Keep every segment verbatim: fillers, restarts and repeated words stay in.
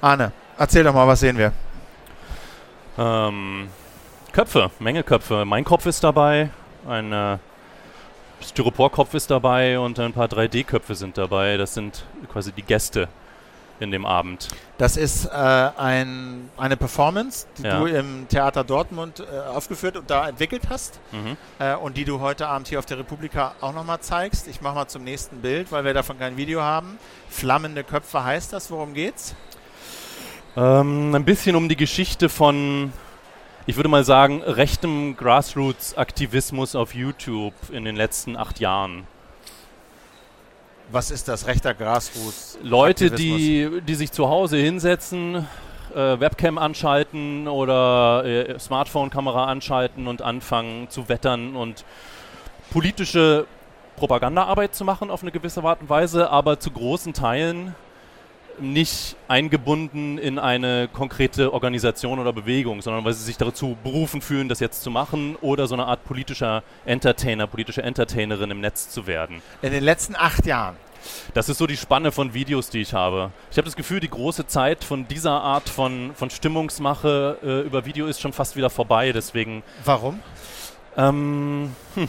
Arne, erzähl doch mal, was sehen wir? Ähm, Köpfe, Menge Köpfe. Mein Kopf ist dabei, ein äh, Styroporkopf ist dabei und ein paar drei D-Köpfe sind dabei. Das sind quasi die Gäste in dem Abend. Das ist äh, ein, eine Performance, die Ja. du im Theater Dortmund äh, aufgeführt und da entwickelt hast Mhm. äh, und die du heute Abend hier auf der Republika auch nochmal zeigst. Ich mache mal zum nächsten Bild, weil wir davon kein Video haben. Flammende Köpfe heißt das. Worum geht's? Ähm, ein bisschen um die Geschichte von, ich würde mal sagen, rechtem Grassroots-Aktivismus auf YouTube in den letzten acht Jahren. Was ist das? Rechter Grassroots? Leute, Aktivismus? die, die sich zu Hause hinsetzen, äh, Webcam anschalten oder äh, Smartphone-Kamera anschalten und anfangen zu wettern und politische Propagandaarbeit zu machen auf eine gewisse Art und Weise, aber zu großen Teilen nicht eingebunden in eine konkrete Organisation oder Bewegung, sondern weil sie sich dazu berufen fühlen, das jetzt zu machen oder so eine Art politischer Entertainer, politische Entertainerin im Netz zu werden. In den letzten acht Jahren. Das ist so die Spanne von Videos, die ich habe. Ich habe das Gefühl, die große Zeit von dieser Art von, von Stimmungsmache äh, über Video ist schon fast wieder vorbei, deswegen... Warum? Ähm, hm.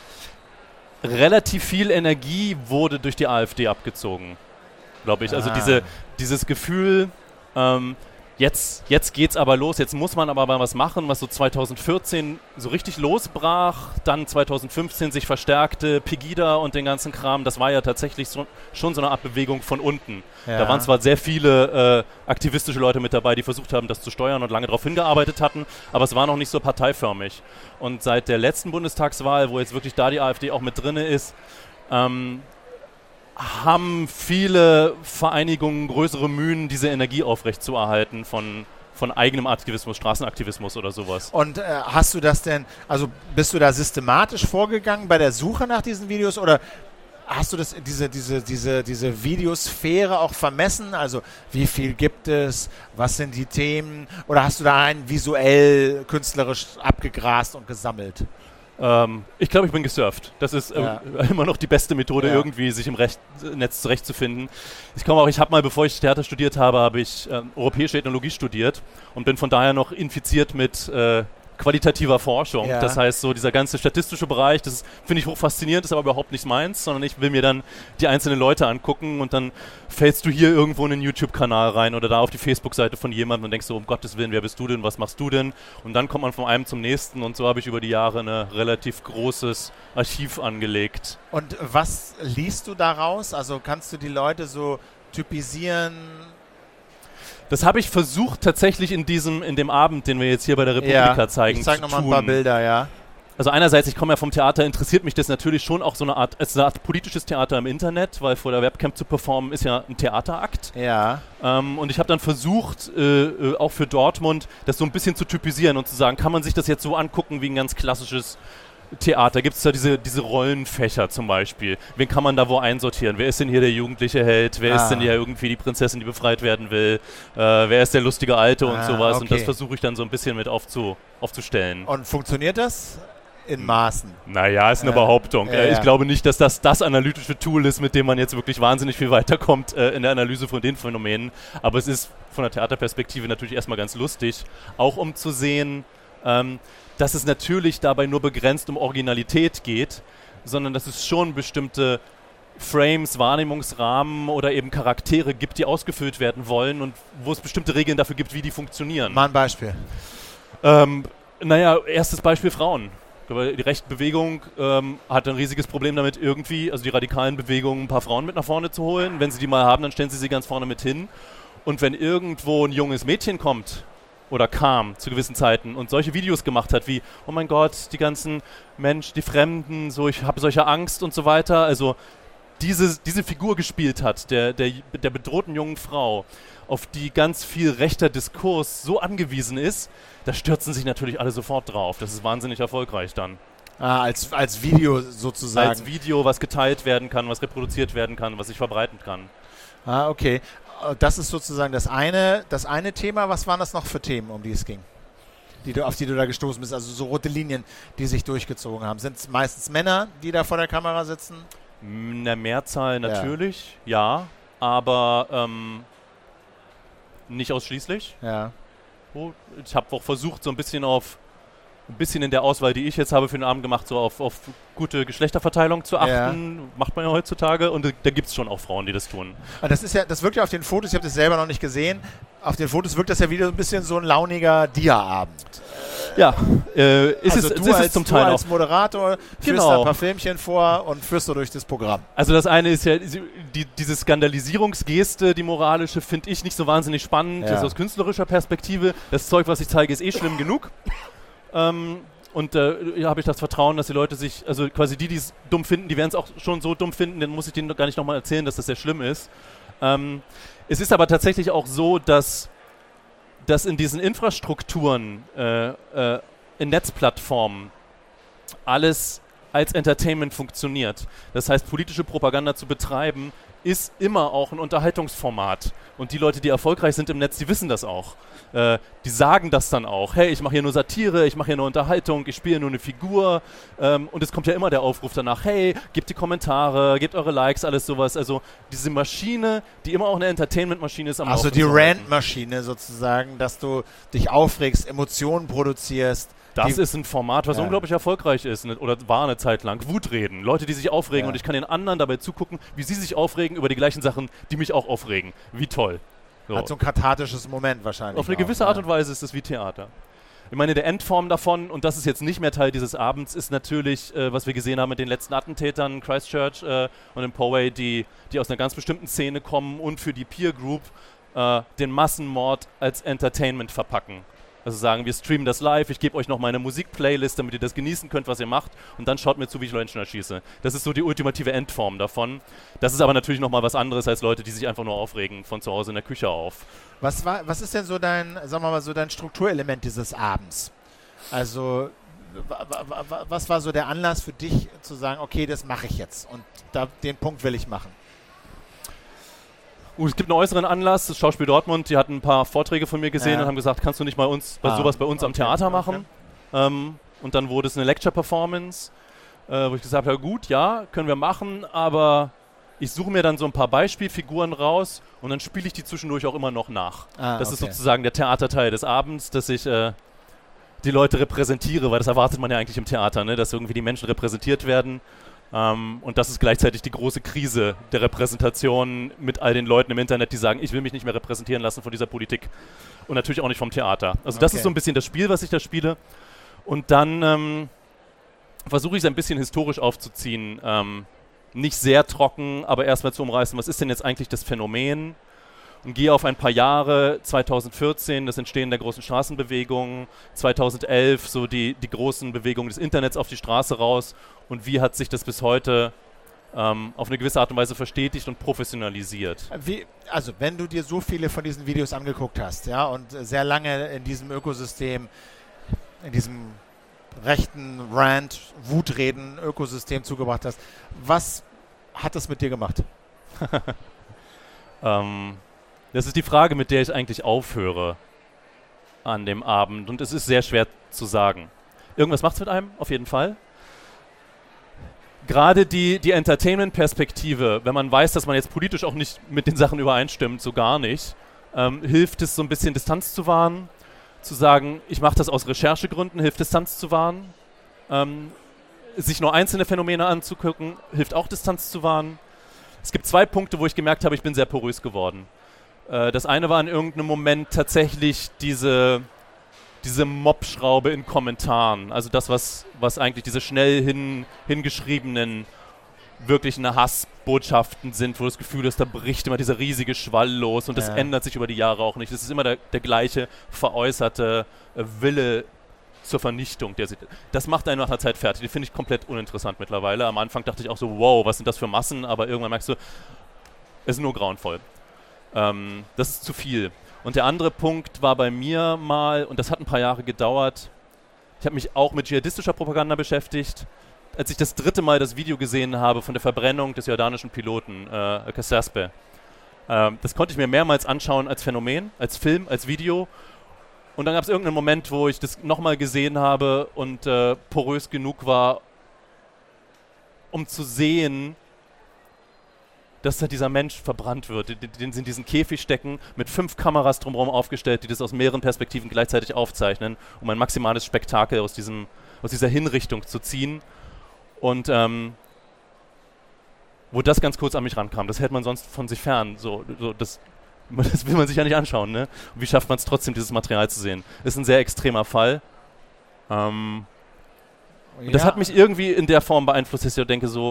Relativ viel Energie wurde durch die AfD abgezogen, glaube ich. Also Ah. diese, dieses Gefühl, ähm, jetzt, jetzt geht's aber los, jetzt muss man aber mal was machen, was so zwanzig vierzehn so richtig losbrach, dann zwanzig fünfzehn sich verstärkte, Pegida und den ganzen Kram, das war ja tatsächlich so, schon so eine Art Bewegung von unten. Ja. Da waren zwar sehr viele äh, aktivistische Leute mit dabei, die versucht haben, das zu steuern und lange darauf hingearbeitet hatten, aber es war noch nicht so parteiförmig. Und seit der letzten Bundestagswahl, wo jetzt wirklich da die AfD auch mit drin ist, ähm, haben viele Vereinigungen größere Mühen, diese Energie aufrechtzuerhalten von, von eigenem Aktivismus, Straßenaktivismus oder sowas. Und äh, hast du das denn, also bist du da systematisch vorgegangen bei der Suche nach diesen Videos oder hast du das, diese, diese, diese, diese Videosphäre auch vermessen? Also wie viel gibt es, was sind die Themen oder hast du da einen visuell, künstlerisch abgegrast und gesammelt? Ähm, ich glaube, ich bin gesurft. Das ist äh, Ja. immer noch die beste Methode, Ja. irgendwie sich im Recht, Netz zurechtzufinden. Ich komme auch, ich habe mal, bevor ich Theater studiert habe, habe ich äh, europäische Ethnologie studiert und bin von daher noch infiziert mit äh, qualitativer Forschung. Ja. Das heißt, so dieser ganze statistische Bereich, das finde ich hoch faszinierend, ist aber überhaupt nicht meins, sondern ich will mir dann die einzelnen Leute angucken und dann fällst du hier irgendwo in einen YouTube-Kanal rein oder da auf die Facebook-Seite von jemandem und denkst so, um Gottes Willen, wer bist du denn, was machst du denn? Und dann kommt man von einem zum nächsten und so habe ich über die Jahre ein relativ großes Archiv angelegt. Und was liest du daraus? Also kannst du die Leute so typisieren? Das habe ich versucht tatsächlich in diesem, in dem Abend, den wir jetzt hier bei der Republika zeigen, ich zeig zu nochmal ein tun. paar Bilder, ja. Also einerseits, ich komme ja vom Theater, interessiert mich das natürlich schon auch so eine Art, es ist eine Art politisches Theater im Internet, weil vor der Webcam zu performen ist ja ein Theaterakt. Ja. Ähm, und ich habe dann versucht, äh, äh, auch für Dortmund, das so ein bisschen zu typisieren und zu sagen, kann man sich das jetzt so angucken wie ein ganz klassisches Theater? Gibt es da diese, diese Rollenfächer zum Beispiel? Wen kann man da wo einsortieren? Wer ist denn hier der jugendliche Held? Wer Ah. ist denn hier irgendwie die Prinzessin, die befreit werden will? Äh, wer ist der lustige Alte und Ah, sowas? Und okay. das versuche ich dann so ein bisschen mit aufzu, aufzustellen. Und funktioniert das? In Maßen. Naja, ist eine Ja. Behauptung. Ja, Äh, ja. Ich glaube nicht, dass das das analytische Tool ist, mit dem man jetzt wirklich wahnsinnig viel weiterkommt äh, in der Analyse von den Phänomenen. Aber es ist von der Theaterperspektive natürlich erstmal ganz lustig, auch um zu sehen, ähm, dass es natürlich dabei nur begrenzt um Originalität geht, sondern dass es schon bestimmte Frames, Wahrnehmungsrahmen oder eben Charaktere gibt, die ausgefüllt werden wollen und wo es bestimmte Regeln dafür gibt, wie die funktionieren. Mal ein Beispiel. Ähm, naja, erstes Beispiel Frauen. Die rechte Bewegung ähm, hat ein riesiges Problem damit irgendwie, also die radikalen Bewegungen, ein paar Frauen mit nach vorne zu holen. Wenn sie die mal haben, dann stellen sie sie ganz vorne mit hin. Und wenn irgendwo ein junges Mädchen kommt oder kam zu gewissen Zeiten und solche Videos gemacht hat wie, oh mein Gott, die ganzen Menschen, die Fremden, so ich habe solche Angst und so weiter, also diese, diese Figur gespielt hat, der, der, der bedrohten jungen Frau, auf die ganz viel rechter Diskurs so angewiesen ist, da stürzen sich natürlich alle sofort drauf. Das ist wahnsinnig erfolgreich dann. Ah, als, als Video sozusagen. Als Video, was geteilt werden kann, was reproduziert werden kann, was sich verbreiten kann. Ah, okay. Das ist sozusagen das eine, das eine Thema. Was waren das noch für Themen, um die es ging? Die du, auf die du da gestoßen bist? Also so rote Linien, die sich durchgezogen haben. Sind es meistens Männer, die da vor der Kamera sitzen? In der Mehrzahl natürlich, ja. ja aber ähm, nicht ausschließlich. Ja. So, ich habe auch versucht, so ein bisschen auf, ein bisschen in der Auswahl, die ich jetzt habe für den Abend gemacht, so auf, auf gute Geschlechterverteilung zu achten. Ja. Macht man ja heutzutage. Und da gibt es schon auch Frauen, die das tun. Aber das ist ja, das wirkt ja auf den Fotos, ich habe das selber noch nicht gesehen, auf den Fotos wirkt das ja wieder ein bisschen so ein launiger Dia-Abend. Ja, äh, ist, also es, du ist als, es zum Teil du als auch. Moderator führst Genau. da ein paar Filmchen vor und führst so durch das Programm. Also das eine ist ja, die, diese Skandalisierungsgeste, die moralische, finde ich nicht so wahnsinnig spannend. Ja. Das ist aus künstlerischer Perspektive. Das Zeug, was ich zeige, ist eh schlimm genug. Ähm, und äh, hier habe ich das Vertrauen, dass die Leute sich, also quasi die, die es dumm finden, die werden es auch schon so dumm finden, dann muss ich denen gar nicht nochmal erzählen, dass das sehr schlimm ist. Ähm, es ist aber tatsächlich auch so, dass, dass in diesen Infrastrukturen, äh, äh, in Netzplattformen, alles als Entertainment funktioniert. Das heißt, politische Propaganda zu betreiben, ist immer auch ein Unterhaltungsformat. Und die Leute, die erfolgreich sind im Netz, die wissen das auch. Äh, die sagen das dann auch. Hey, ich mache hier nur Satire, ich mache hier nur Unterhaltung, ich spiele nur eine Figur. Ähm, und es kommt ja immer der Aufruf danach, hey, gebt die Kommentare, gebt eure Likes, alles sowas. Also diese Maschine, die immer auch eine Entertainment-Maschine ist. Am Also Laufen die zu halten. Rant-Maschine sozusagen, dass du dich aufregst, Emotionen produzierst. Das die, ist ein Format, was ja. unglaublich erfolgreich ist, ne, oder war eine Zeit lang. Wutreden, Leute, die sich aufregen Ja. und ich kann den anderen dabei zugucken, wie sie sich aufregen über die gleichen Sachen, die mich auch aufregen. Wie toll. So. Hat so ein kathartisches Moment wahrscheinlich. Auf eine auch, gewisse ja. Art und Weise ist es wie Theater. Ich meine, der Endform davon, und das ist jetzt nicht mehr Teil dieses Abends, ist natürlich, äh, was wir gesehen haben mit den letzten Attentätern in Christchurch äh, und in Poway, die, die aus einer ganz bestimmten Szene kommen und für die Peer Group äh, den Massenmord als Entertainment verpacken. Also sagen, wir streamen das live, ich gebe euch noch meine Musikplaylist, damit ihr das genießen könnt, was ihr macht, und dann schaut mir zu, wie ich Leute erschieße. Das ist so die ultimative Endform davon. Das ist aber natürlich nochmal was anderes als Leute, die sich einfach nur aufregen von zu Hause in der Küche auf. Was war, was ist denn so dein, sagen wir mal, so dein Strukturelement dieses Abends? Also, was war so der Anlass für dich zu sagen, okay, das mache ich jetzt und da, den Punkt will ich machen? Uh, es gibt einen äußeren Anlass, das Schauspiel Dortmund, die hatten ein paar Vorträge von mir gesehen ja. und haben gesagt, kannst du nicht mal uns, ah, sowas bei uns okay, am Theater machen? Okay. Ähm, und dann wurde es eine Lecture-Performance, äh, wo ich gesagt habe, gut, ja, können wir machen, aber ich suche mir dann so ein paar Beispielfiguren raus und dann spiele ich die zwischendurch auch immer noch nach. Ah, das okay. ist sozusagen der Theaterteil des Abends, dass ich äh, die Leute repräsentiere, weil das erwartet man ja eigentlich im Theater, ne? Dass irgendwie die Menschen repräsentiert werden. Um, und das ist gleichzeitig die große Krise der Repräsentation mit all den Leuten im Internet, die sagen, ich will mich nicht mehr repräsentieren lassen von dieser Politik und natürlich auch nicht vom Theater. Also das okay. ist so ein bisschen das Spiel, was ich da spiele. Und dann ähm, versuche ich es ein bisschen historisch aufzuziehen. Ähm, nicht sehr trocken, aber erstmal zu umreißen, was ist denn jetzt eigentlich das Phänomen? Und gehe auf ein paar Jahre, zweitausendvierzehn, das Entstehen der großen Straßenbewegung, zweitausendelf, so die, die großen Bewegungen des Internets auf die Straße raus und wie hat sich das bis heute ähm, auf eine gewisse Art und Weise verstetigt und professionalisiert. Wie, also wenn du dir so viele von diesen Videos angeguckt hast, ja, und sehr lange in diesem Ökosystem, in diesem rechten Rant, Wutreden Ökosystem zugebracht hast, was hat das mit dir gemacht? ähm... Das ist die Frage, mit der ich eigentlich aufhöre an dem Abend. Und es ist sehr schwer zu sagen. Irgendwas macht es mit einem, auf jeden Fall. Gerade die, die Entertainment-Perspektive, wenn man weiß, dass man jetzt politisch auch nicht mit den Sachen übereinstimmt, so gar nicht, ähm, hilft es so ein bisschen Distanz zu wahren. Zu sagen, ich mache das aus Recherchegründen, hilft Distanz zu wahren. Ähm, sich nur einzelne Phänomene anzugucken, hilft auch Distanz zu wahren. Es gibt zwei Punkte, wo ich gemerkt habe, ich bin sehr porös geworden. Das eine war in irgendeinem Moment tatsächlich diese, diese Mob-Schraube in Kommentaren. Also das, was, was eigentlich diese schnell hin, hingeschriebenen, wirklichen Hassbotschaften sind, wo das Gefühl ist, da bricht immer dieser riesige Schwall los und das ja. ändert sich über die Jahre auch nicht. Das ist immer der, der gleiche veräußerte Wille zur Vernichtung. Der, das macht einen nach einer Zeit fertig. Die finde ich komplett uninteressant mittlerweile. Am Anfang dachte ich auch so, wow, was sind das für Massen? Aber irgendwann merkst du, es ist nur grauenvoll. Ähm, das ist zu viel. Und der andere Punkt war bei mir mal, und das hat ein paar Jahre gedauert, ich habe mich auch mit dschihadistischer Propaganda beschäftigt. Als ich das dritte Mal das Video gesehen habe von der Verbrennung des jordanischen Piloten, äh, Qasasbeh, äh, das konnte ich mir mehrmals anschauen als Phänomen, als Film, als Video. Und dann gab es irgendeinen Moment, wo ich das nochmal gesehen habe und äh, porös genug war, um zu sehen, dass da dieser Mensch verbrannt wird, den, den sie in diesen Käfig stecken, mit fünf Kameras drumherum aufgestellt, die das aus mehreren Perspektiven gleichzeitig aufzeichnen, um ein maximales Spektakel aus, diesem, aus dieser Hinrichtung zu ziehen. Und ähm, wo das ganz kurz an mich rankam, das hält man sonst von sich fern. So, so, das, das will man sich ja nicht anschauen. Ne? Und wie schafft man es trotzdem, dieses Material zu sehen? Ist ein sehr extremer Fall. Ähm, ja. Und das hat mich irgendwie in der Form beeinflusst, dass ich denke, so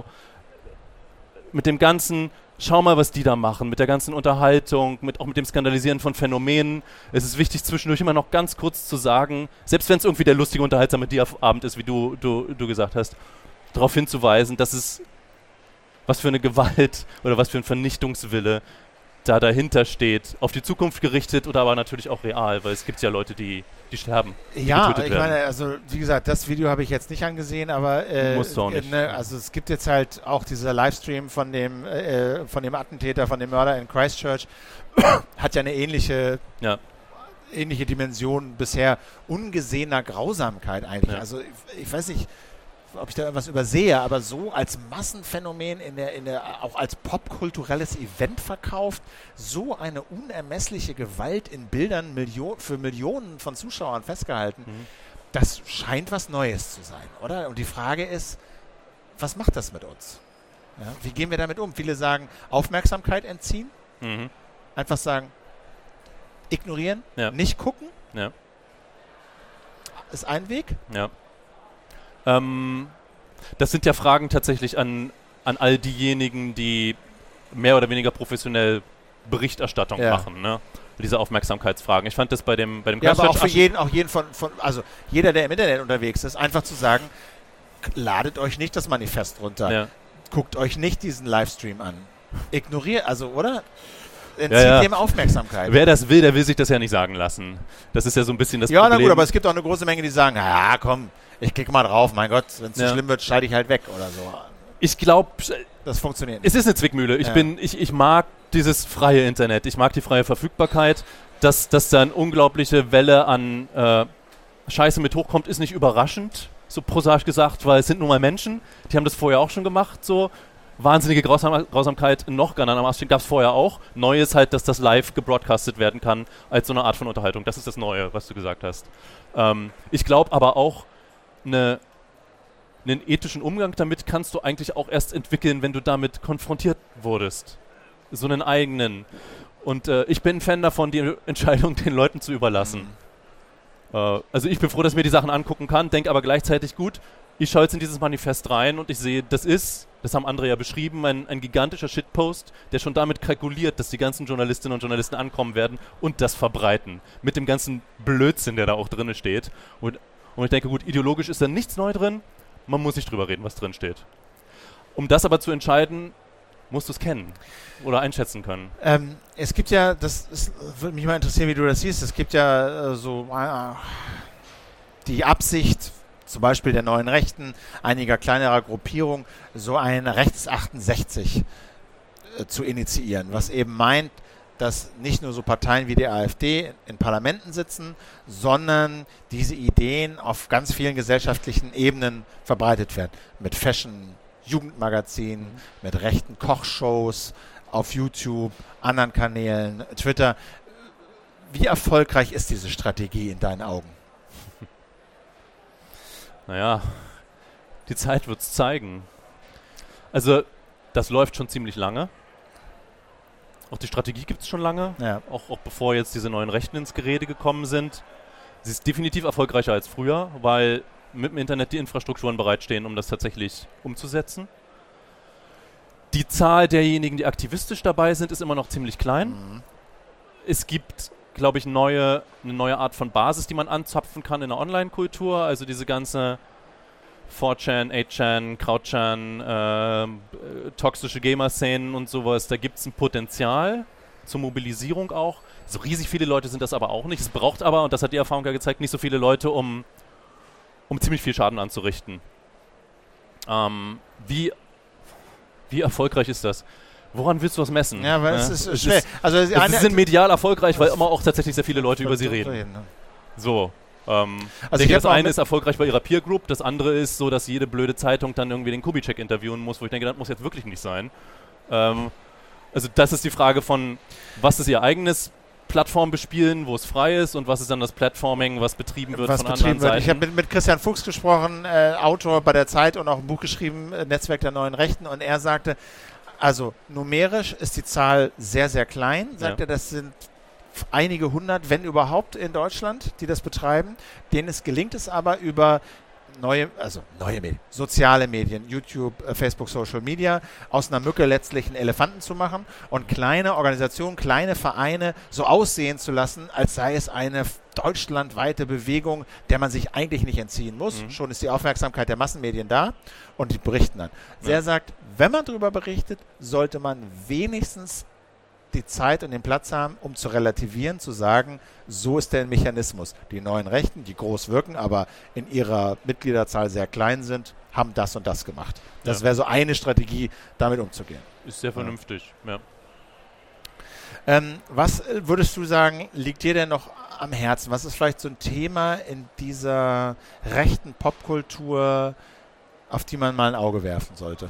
mit dem ganzen, schau mal, was die da machen, mit der ganzen Unterhaltung, mit, auch mit dem Skandalisieren von Phänomenen. Es ist wichtig, zwischendurch immer noch ganz kurz zu sagen, selbst wenn es irgendwie der lustige, unterhaltsame Dia-Abend ist, wie du, du, du gesagt hast, darauf hinzuweisen, dass es was für eine Gewalt oder was für ein Vernichtungswille da dahinter steht, auf die Zukunft gerichtet oder aber natürlich auch real, weil es gibt ja Leute, die, die sterben. Die ja, ich werden. meine, also wie gesagt, das Video habe ich jetzt nicht angesehen, aber äh, Musst du auch nicht. Ne, also es gibt jetzt halt auch dieser Livestream von dem äh, von dem Attentäter, von dem Mörder in Christchurch, hat ja eine ähnliche ja. ähnliche Dimension bisher ungesehener Grausamkeit eigentlich. Ja. Also ich, ich weiß nicht, ob ich da irgendwas übersehe, aber so als Massenphänomen, in der, in der, auch als popkulturelles Event verkauft, so eine unermessliche Gewalt in Bildern Millio- für Millionen von Zuschauern festgehalten, mhm. das scheint was Neues zu sein, oder? Und die Frage ist, was macht das mit uns? Ja, wie gehen wir damit um? Viele sagen, Aufmerksamkeit entziehen, mhm. einfach sagen, ignorieren, ja. nicht gucken, ja. ist ein Weg. Ja. Ähm, das sind ja Fragen tatsächlich an, an all diejenigen, die mehr oder weniger professionell Berichterstattung ja. machen, ne? Diese Aufmerksamkeitsfragen. Ich fand das bei dem bei dem Ja, aber auch für jeden, auch jeden von, von, also jeder, der im Internet unterwegs ist, einfach zu sagen, ladet euch nicht das Manifest runter, ja. guckt euch nicht diesen Livestream an, ignoriert, also, oder? Entzieht ja, ja. dem Aufmerksamkeit. Wer das will, der will sich das ja nicht sagen lassen. Das ist ja so ein bisschen das ja, Problem. Ja, na gut, aber es gibt auch eine große Menge, die sagen, ja, komm, ich klicke mal drauf, mein Gott, wenn es ja. zu schlimm wird, schalte ich halt weg oder so. Ich glaube, das funktioniert nicht. Es ist eine Zwickmühle. Ich, ja. bin, ich, ich mag dieses freie Internet. Ich mag die freie Verfügbarkeit. Dass, dass da eine unglaubliche Welle an äh, Scheiße mit hochkommt, ist nicht überraschend, so prosaisch gesagt, weil es sind nun mal Menschen. Die haben das vorher auch schon gemacht, so. Wahnsinnige Grausam- Grausamkeit noch Ghana-Masken gab es vorher auch. Neu ist halt, dass das live gebroadcastet werden kann als so eine Art von Unterhaltung. Das ist das Neue, was du gesagt hast. Ähm, ich glaube aber auch, eine, einen ethischen Umgang damit kannst du eigentlich auch erst entwickeln, wenn du damit konfrontiert wurdest. So einen eigenen. Und äh, ich bin ein Fan davon, die Entscheidung den Leuten zu überlassen. Mhm. Äh, also ich bin froh, dass ich mir die Sachen angucken kann, denke aber gleichzeitig, gut, ich schaue jetzt in dieses Manifest rein und ich sehe, das ist, das haben andere ja beschrieben, ein, ein gigantischer Shitpost, der schon damit kalkuliert, dass die ganzen Journalistinnen und Journalisten ankommen werden und das verbreiten. Mit dem ganzen Blödsinn, der da auch drin steht. Und, und ich denke, gut, ideologisch ist da nichts neu drin, man muss nicht drüber reden, was drin steht. Um das aber zu entscheiden, musst du es kennen oder einschätzen können. Ähm, es gibt ja, das ist, würde mich mal interessieren, wie du das siehst, es gibt ja äh, so äh, die Absicht, zum Beispiel der neuen Rechten, einiger kleinerer Gruppierungen, so ein Rechtsachtundsechzig äh, zu initiieren, was eben meint, dass nicht nur so Parteien wie die AfD in Parlamenten sitzen, sondern diese Ideen auf ganz vielen gesellschaftlichen Ebenen verbreitet werden. Mit Fashion, Jugendmagazinen, mit rechten Kochshows, auf YouTube, anderen Kanälen, Twitter. Wie erfolgreich ist diese Strategie in deinen Augen? Naja, die Zeit wird es zeigen. Also, das läuft schon ziemlich lange. Auch die Strategie gibt es schon lange, ja. auch, auch bevor jetzt diese neuen Rechten ins Gerede gekommen sind. Sie ist definitiv erfolgreicher als früher, weil mit dem Internet die Infrastrukturen bereitstehen, um das tatsächlich umzusetzen. Die Zahl derjenigen, die aktivistisch dabei sind, ist immer noch ziemlich klein. Mhm. Es gibt, glaube ich, neue, eine neue Art von Basis, die man anzapfen kann in der Online-Kultur. Also diese ganze four chan, eight chan, Kraut-chan, äh, toxische Gamer-Szenen und sowas. Da gibt es ein Potenzial zur Mobilisierung auch. So riesig viele Leute sind das aber auch nicht. Es braucht aber, und das hat die Erfahrung ja gezeigt, nicht so viele Leute, um, um ziemlich viel Schaden anzurichten. Ähm, wie, wie erfolgreich ist das? Woran willst du das messen? Ja, weil ja, es ist es schwer. Ist, also es eine, sind medial erfolgreich, weil immer auch tatsächlich sehr viele Leute über sie reden. reden ne? So. Ähm, also ich ich denke, das eine ist ist erfolgreich bei ihrer Peer Group, das andere ist so, dass jede blöde Zeitung dann irgendwie den Kubitschek interviewen muss, wo ich denke, das muss jetzt wirklich nicht sein. Ähm, also das ist die Frage von, was ist ihr eigenes Plattform bespielen, wo es frei ist und was ist dann das Platforming, was betrieben wird was von betrieben anderen wird. Seiten. Ich habe mit, mit Christian Fuchs gesprochen, äh, Autor bei der Zeit und auch ein Buch geschrieben, äh, Netzwerk der neuen Rechten, und er sagte, also numerisch ist die Zahl sehr, sehr klein, sagt ja. er, das sind einige hundert, wenn überhaupt, in Deutschland, die das betreiben. Denen es gelingt es aber über neue, also neue Medien, soziale Medien, YouTube, äh, Facebook, Social Media, aus einer Mücke letztlich einen Elefanten zu machen und kleine Organisationen, kleine Vereine so aussehen zu lassen, als sei es eine deutschlandweite Bewegung, der man sich eigentlich nicht entziehen muss. Mhm. Schon ist die Aufmerksamkeit der Massenmedien da und die berichten dann. Ja. Er sagt, wenn man darüber berichtet, sollte man wenigstens die Zeit und den Platz haben, um zu relativieren, zu sagen, so ist der Mechanismus. Die neuen Rechten, die groß wirken, aber in ihrer Mitgliederzahl sehr klein sind, haben das und das gemacht. Das ja. wäre so eine Strategie, damit umzugehen. Ist sehr vernünftig, ja. ja. Ähm, was würdest du sagen, liegt dir denn noch am Herzen? Was ist vielleicht so ein Thema in dieser rechten Popkultur, auf die man mal ein Auge werfen sollte?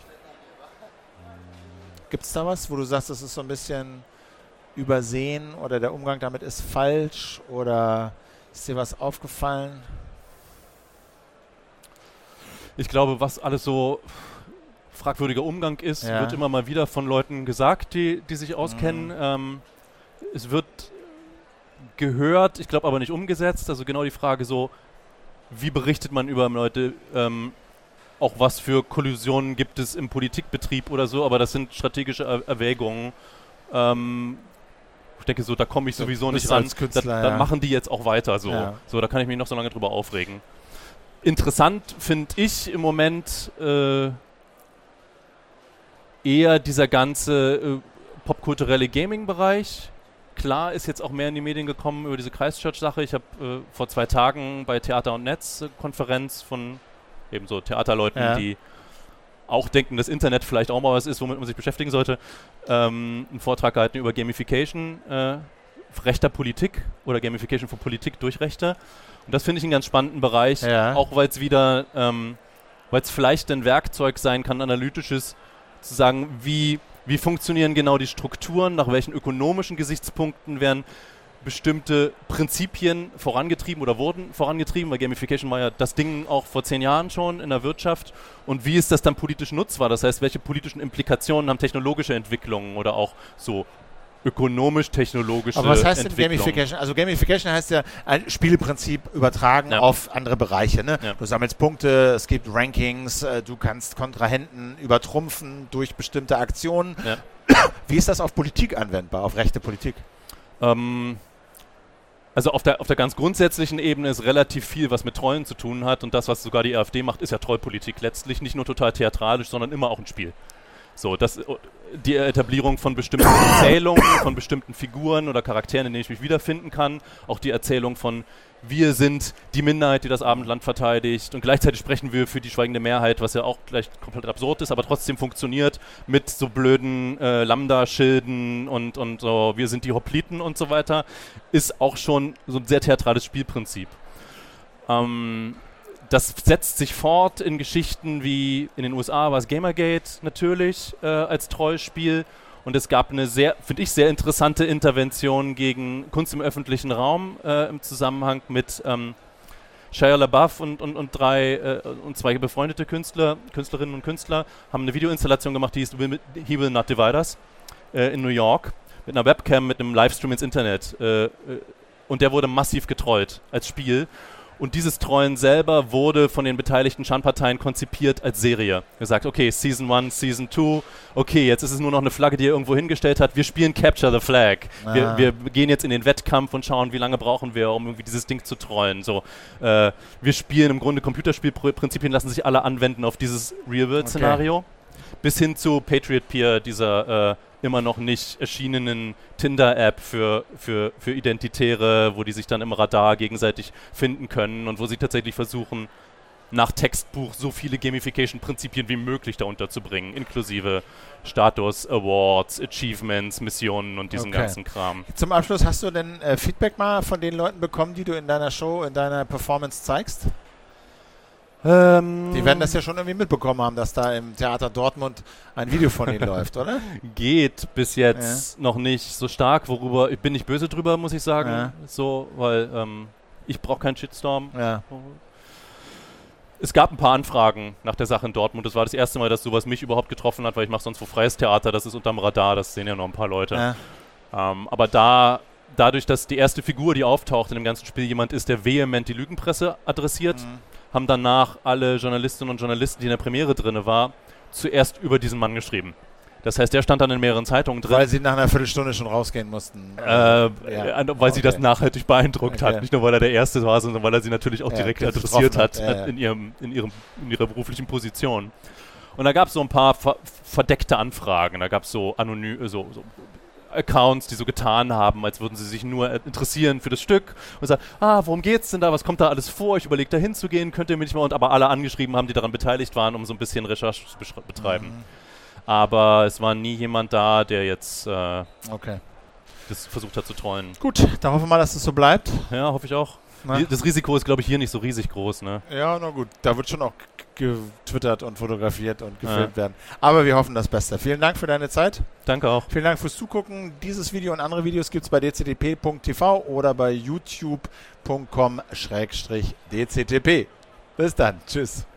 Gibt es da was, wo du sagst, das ist so ein bisschen übersehen oder der Umgang damit ist falsch oder ist dir was aufgefallen? Ich glaube, was alles so fragwürdiger Umgang ist, ja. wird immer mal wieder von Leuten gesagt, die, die sich auskennen. Mhm. Ähm, es wird gehört, ich glaube aber nicht umgesetzt. Also genau die Frage so, wie berichtet man über Leute, ähm, auch was für Kollisionen gibt es im Politikbetrieb oder so, aber das sind strategische er- Erwägungen. Ähm, ich denke so, da komme ich sowieso nicht ran. Künstler, da, ja. Dann machen die jetzt auch weiter so. Ja. So, da kann ich mich noch so lange drüber aufregen. Interessant finde ich im Moment äh, eher dieser ganze äh, popkulturelle Gaming-Bereich. Klar ist jetzt auch mehr in die Medien gekommen über diese Christchurch-Sache. Ich habe äh, vor zwei Tagen bei Theater und Netz äh, Konferenz von eben so Theaterleuten, ja. die auch denken, dass Internet vielleicht auch mal was ist, womit man sich beschäftigen sollte, ähm, einen Vortrag gehalten über Gamification äh, rechter Politik oder Gamification von Politik durch Rechte. Und das finde ich einen ganz spannenden Bereich, ja. auch weil es wieder, ähm, weil es vielleicht ein Werkzeug sein kann, analytisches, zu sagen, wie, wie funktionieren genau die Strukturen, nach welchen ökonomischen Gesichtspunkten werden bestimmte Prinzipien vorangetrieben oder wurden vorangetrieben, weil Gamification war ja das Ding auch vor zehn Jahren schon in der Wirtschaft. Und wie ist das dann politisch nutzbar? Das heißt, welche politischen Implikationen haben technologische Entwicklungen oder auch so ökonomisch-technologische Entwicklungen? Aber was heißt denn Gamification? Also Gamification heißt ja ein Spielprinzip übertragen ja. auf andere Bereiche. Ne? Ja. Du sammelst Punkte, es gibt Rankings, äh, du kannst Kontrahenten übertrumpfen durch bestimmte Aktionen. Ja. Wie ist das auf Politik anwendbar, auf rechte Politik? Ähm, Also auf der, auf der ganz grundsätzlichen Ebene ist relativ viel, was mit Trollen zu tun hat. Und das, was sogar die AfD macht, ist ja Trollpolitik letztlich. Nicht nur total theatralisch, sondern immer auch ein Spiel. So, das, die Etablierung von bestimmten Erzählungen, von bestimmten Figuren oder Charakteren, in denen ich mich wiederfinden kann. Auch die Erzählung von, wir sind die Minderheit, die das Abendland verteidigt. Und gleichzeitig sprechen wir für die schweigende Mehrheit, was ja auch gleich komplett absurd ist, aber trotzdem funktioniert mit so blöden äh, Lambda-Schilden und, und so, wir sind die Hopliten und so weiter, ist auch schon so ein sehr theatrales Spielprinzip. Ähm, das setzt sich fort in Geschichten wie in den U S A war es Gamergate natürlich äh, als Trollspiel. Und es gab eine sehr, finde ich, sehr interessante Intervention gegen Kunst im öffentlichen Raum äh, im Zusammenhang mit ähm, Shia LaBeouf und, und, und drei äh, und zwei befreundete Künstler, Künstlerinnen und Künstler haben eine Videoinstallation gemacht, die hieß He Will Not Divide Us äh, in New York mit einer Webcam, mit einem Livestream ins Internet. Äh, und der wurde massiv getrollt als Spiel. Und dieses Trollen selber wurde von den beteiligten Schandparteien konzipiert als Serie. Gesagt, okay, Season eins, Season zwei, okay, jetzt ist es nur noch eine Flagge, die ihr irgendwo hingestellt hat. Wir spielen Capture the Flag. Ah. Wir, wir gehen jetzt in den Wettkampf und schauen, wie lange brauchen wir, um irgendwie dieses Ding zu trollen. So, äh, wir spielen im Grunde Computerspielprinzipien, lassen sich alle anwenden auf dieses Real-World-Szenario. Okay. Bis hin zu Patriot Peer, dieser äh, immer noch nicht erschienenen Tinder-App für, für, für Identitäre, wo die sich dann im Radar gegenseitig finden können und wo sie tatsächlich versuchen, nach Textbuch so viele Gamification-Prinzipien wie möglich da unterzubringen, inklusive Status, Awards, Achievements, Missionen und diesen okay. ganzen Kram. Zum Abschluss, hast du denn äh, Feedback mal von den Leuten bekommen, die du in deiner Show, in deiner Performance zeigst? Ähm, Die werden das ja schon irgendwie mitbekommen haben, dass da im Theater Dortmund ein Video von ihnen läuft, oder? Geht bis jetzt ja. noch nicht so stark, worüber, ich bin nicht böse drüber, muss ich sagen, ja. so, weil ähm, ich brauche keinen Shitstorm. Ja. Es gab ein paar Anfragen nach der Sache in Dortmund. Das war das erste Mal, dass sowas mich überhaupt getroffen hat, weil ich mache sonst wo freies Theater, das ist unterm Radar, das sehen ja noch ein paar Leute. Ja. Ähm, aber da, dadurch, dass die erste Figur, die auftaucht in dem ganzen Spiel, jemand ist, der vehement die Lügenpresse adressiert, mhm. haben danach alle Journalistinnen und Journalisten, die in der Premiere drin waren, zuerst über diesen Mann geschrieben. Das heißt, der stand dann in mehreren Zeitungen drin. Weil sie nach einer Viertelstunde schon rausgehen mussten. Äh, ja. Weil okay. sie das nachhaltig beeindruckt okay. hat. Nicht nur, weil er der Erste war, sondern weil er sie natürlich auch ja, direkt adressiert hat, hat ja, ja. In, ihrem, in, ihrem, in ihrer beruflichen Position. Und da gab es so ein paar ver- verdeckte Anfragen. Da gab es so anonym, so, so Accounts, die so getan haben, als würden sie sich nur interessieren für das Stück und sagen, ah, worum geht's denn da, was kommt da alles vor, ich überlege da hinzugehen, könnt ihr mir nicht mal, und aber alle angeschrieben haben, die daran beteiligt waren, um so ein bisschen Recherche zu besch- betreiben. Mhm. Aber es war nie jemand da, der jetzt äh, okay. das versucht hat zu trollen. Gut, dann hoffen wir mal, dass es so bleibt. Ja, hoffe ich auch. Na? Das Risiko ist, glaube ich, hier nicht so riesig groß, ne? Ja, na gut. Da wird schon auch getwittert und fotografiert und gefilmt ja. werden. Aber wir hoffen das Beste. Vielen Dank für deine Zeit. Danke auch. Vielen Dank fürs Zugucken. Dieses Video und andere Videos gibt es bei d c t p punkt t v oder bei youtube punkt com slash d c t p. Bis dann. Tschüss.